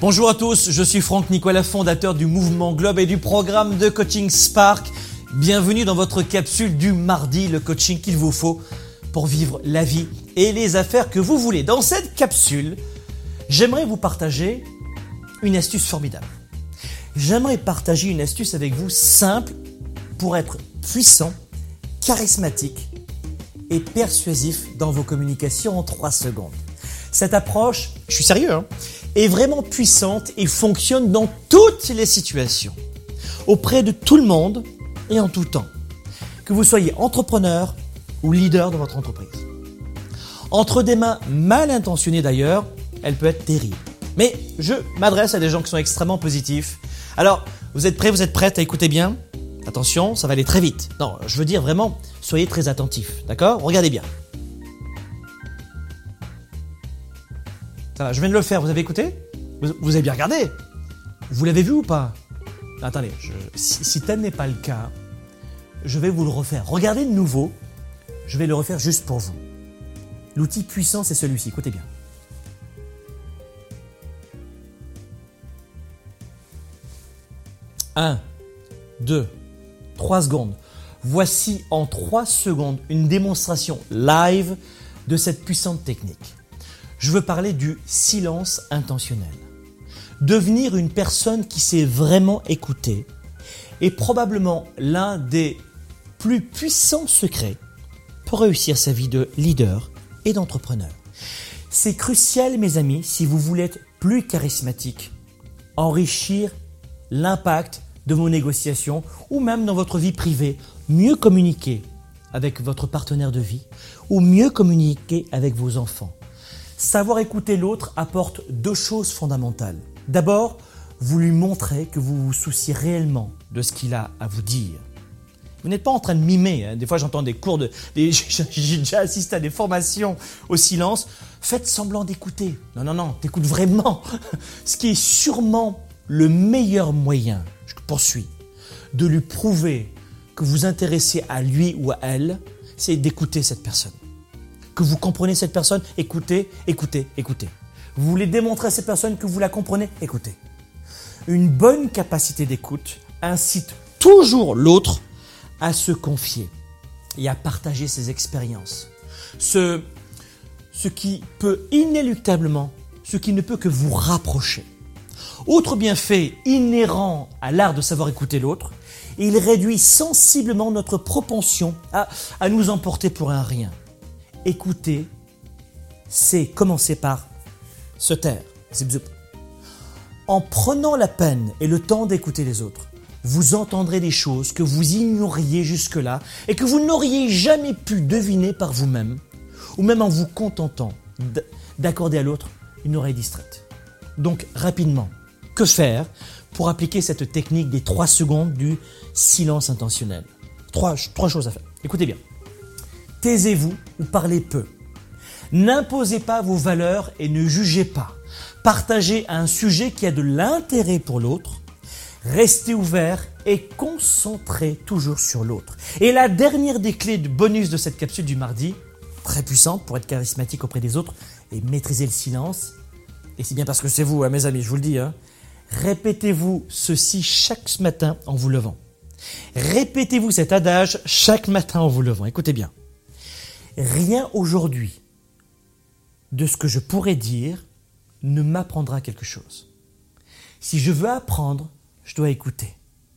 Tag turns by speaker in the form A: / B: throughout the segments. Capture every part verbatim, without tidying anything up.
A: Bonjour à tous, je suis Franck Nicolas, fondateur du Mouvement Globe et du programme de coaching Spark. Bienvenue dans votre capsule du mardi, le coaching qu'il vous faut pour vivre la vie et les affaires que vous voulez. Dans cette capsule, j'aimerais vous partager une astuce formidable. J'aimerais partager une astuce avec vous simple pour être puissant, charismatique et persuasif dans vos communications en trois secondes. Cette approche, je suis sérieux, hein, est vraiment puissante et fonctionne dans toutes les situations, auprès de tout le monde et en tout temps. Que vous soyez entrepreneur ou leader de votre entreprise. Entre des mains mal intentionnées d'ailleurs, elle peut être terrible. Mais je m'adresse à des gens qui sont extrêmement positifs. Alors, vous êtes prêts, vous êtes prêtes à écouter bien ? Attention, ça va aller très vite. Non, je veux dire vraiment, soyez très attentifs, d'accord ? Regardez bien. Ça va, je viens de le faire, vous avez écouté ? vous, vous avez bien regardé ? Vous l'avez vu ou pas ? Attendez, je, si, si tel n'est pas le cas, je vais vous le refaire. Regardez de nouveau, je vais le refaire juste pour vous. L'outil puissant, c'est celui-ci, écoutez bien. Un, deux, trois secondes. Voici en trois secondes une démonstration live de cette puissante technique. Je veux parler du silence intentionnel. Devenir une personne qui sait vraiment écouter est probablement l'un des plus puissants secrets pour réussir sa vie de leader et d'entrepreneur. C'est crucial, mes amis, si vous voulez être plus charismatique, enrichir l'impact de vos négociations ou même dans votre vie privée, mieux communiquer avec votre partenaire de vie ou mieux communiquer avec vos enfants. Savoir écouter l'autre apporte deux choses fondamentales. D'abord, vous lui montrez que vous vous souciez réellement de ce qu'il a à vous dire. Vous n'êtes pas en train de mimer. Hein. Des fois, j'entends des cours de... Des, j'ai déjà assisté à des formations au silence. Faites semblant d'écouter. Non, non, non, t'écoutes vraiment. Ce qui est sûrement le meilleur moyen, je poursuis, de lui prouver que vous intéressez à lui ou à elle, c'est d'écouter cette personne. Que vous comprenez cette personne, écoutez, écoutez, écoutez. Vous voulez démontrer à cette personne que vous la comprenez, écoutez. Une bonne capacité d'écoute incite toujours l'autre à se confier et à partager ses expériences. Ce, ce qui peut inéluctablement, ce qui ne peut que vous rapprocher. Autre bienfait inhérent à l'art de savoir écouter l'autre, il réduit sensiblement notre propension à, à nous emporter pour un rien. Écouter, c'est commencer par se taire. Zip, zip. En prenant la peine et le temps d'écouter les autres, vous entendrez des choses que vous ignoriez jusque-là et que vous n'auriez jamais pu deviner par vous-même, ou même en vous contentant d'accorder à l'autre une oreille distraite. Donc, rapidement, que faire pour appliquer cette technique des trois secondes du silence intentionnel ? Trois, trois choses à faire. Écoutez bien. Taisez-vous ou parlez peu. N'imposez pas vos valeurs et ne jugez pas. Partagez un sujet qui a de l'intérêt pour l'autre. Restez ouvert et concentrez toujours sur l'autre. Et la dernière des clés de bonus de cette capsule du mardi, très puissante pour être charismatique auprès des autres et maîtriser le silence, et c'est bien parce que c'est vous, hein, mes amis, je vous le dis, hein, répétez-vous ceci chaque matin en vous levant. Répétez-vous cet adage chaque matin en vous levant. Écoutez bien. Rien aujourd'hui de ce que je pourrais dire ne m'apprendra quelque chose. Si je veux apprendre, je dois écouter.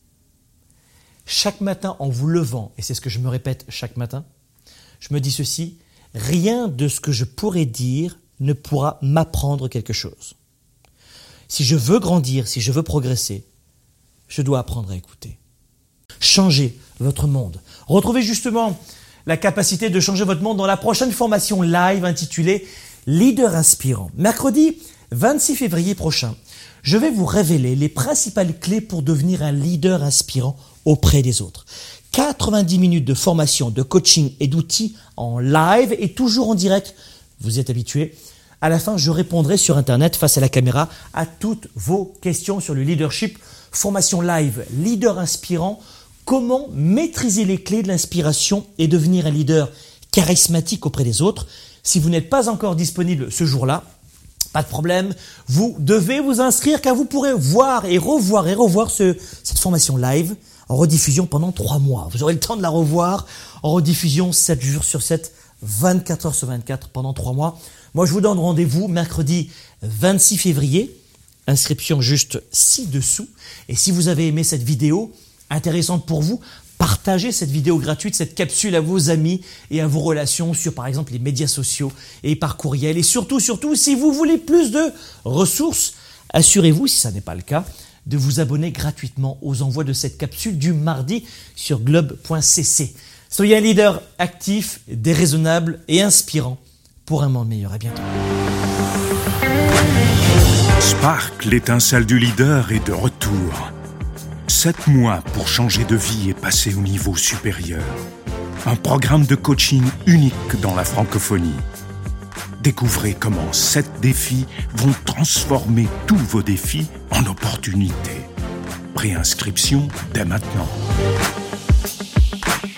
A: Chaque matin en vous levant, et c'est ce que je me répète chaque matin, je me dis ceci, rien de ce que je pourrais dire ne pourra m'apprendre quelque chose. Si je veux grandir, si je veux progresser, je dois apprendre à écouter. Changez votre monde. Retrouvez justement la capacité de changer votre monde dans la prochaine formation live intitulée « Leader inspirant ». Mercredi vingt-six février prochain, je vais vous révéler les principales clés pour devenir un leader inspirant auprès des autres. quatre-vingt-dix minutes de formation, de coaching et d'outils en live et toujours en direct. Vous êtes habitués. À la fin, je répondrai sur Internet face à la caméra à toutes vos questions sur le leadership. Formation live, leader inspirant. Comment maîtriser les clés de l'inspiration et devenir un leader charismatique auprès des autres. Si vous n'êtes pas encore disponible ce jour-là, Pas de problème, vous devez vous inscrire car vous pourrez voir et revoir et revoir ce, cette formation live en rediffusion pendant trois mois. Vous aurez le temps de la revoir en rediffusion sept jours sur sept, vingt-quatre heures sur vingt-quatre pendant trois mois. Moi, je vous donne rendez-vous mercredi vingt-six février. Inscription juste ci-dessous. Et si vous avez aimé cette vidéo intéressante pour vous, partagez cette vidéo gratuite, cette capsule à vos amis et à vos relations sur par exemple les médias sociaux et par courriel. Et surtout, surtout, si vous voulez plus de ressources, assurez-vous, si ça n'est pas le cas, de vous abonner gratuitement aux envois de cette capsule du mardi sur globe point c c. Soyez un leader actif, déraisonnable et inspirant pour un monde meilleur. À bientôt.
B: Spark, l'étincelle du leader, est de retour. Sept mois pour changer de vie et passer au niveau supérieur. Un programme de coaching unique dans la francophonie. Découvrez comment sept défis vont transformer tous vos défis en opportunités. Préinscription dès maintenant.